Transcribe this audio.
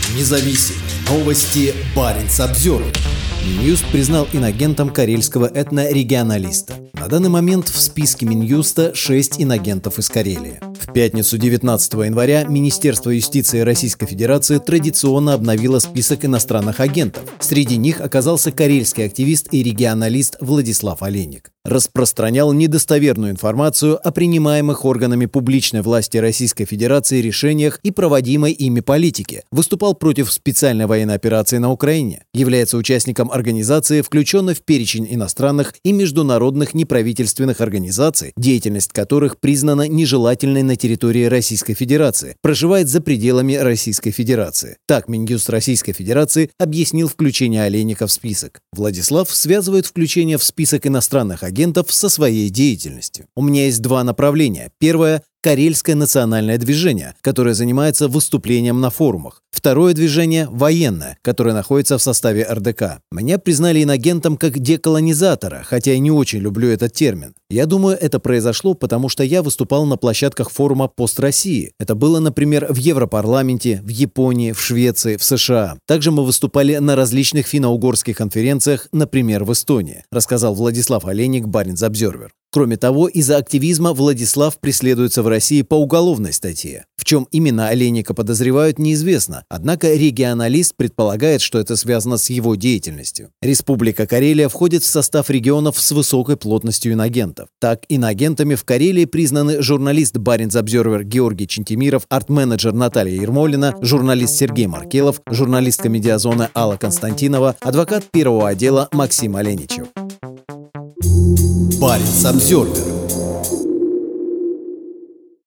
Независимые новости. Баренц-Обзервер. Минюст признал инагентом карельского этнорегионалиста. На данный момент в списке Минюста 6 инагентов из Карелии. В пятницу 19 января Министерство юстиции Российской Федерации традиционно обновило список иностранных агентов. Среди них оказался карельский активист и регионалист Владислав Олейник. Распространял недостоверную информацию о принимаемых органами публичной власти Российской Федерации решениях и проводимой ими политике. Выступал против специальной военной операции на Украине. Является участником организации, включенной в перечень иностранных и международных неправительственных организаций, деятельность которых признана нежелательной на территории Российской Федерации, проживает за пределами Российской Федерации. Так Минюст Российской Федерации объяснил включение Олейника в список. Владислав связывает включение в список иностранных агентов со своей деятельностью. У меня есть два направления. Первое – Карельское национальное движение, которое занимается выступлением на форумах. Второе движение – военное, которое находится в составе РДК. Меня признали инагентом как деколонизатора, хотя я не очень люблю этот термин. Я думаю, это произошло, потому что я выступал на площадках форума «Пост-России». Это было, например, в Европарламенте, в Японии, в Швеции, в США. Также мы выступали на различных финно-угорских конференциях, например, в Эстонии, рассказал Владислав Олейник Баренц-Обзервер. Кроме того, из-за активизма Владислав преследуется в России по уголовной статье. В чем именно Олейника подозревают, неизвестно. Однако регионалист предполагает, что это связано с его деятельностью. Республика Карелия входит в состав регионов с высокой плотностью инагентов. Так, инагентами в Карелии признаны журналист Баренц-Обзервер Георгий Чентимиров, арт-менеджер Наталья Ермолина, журналист Сергей Маркелов, журналистка медиазоны Алла Константинова, адвокат первого отдела Максим Оленичев. Баренц-Обзервер.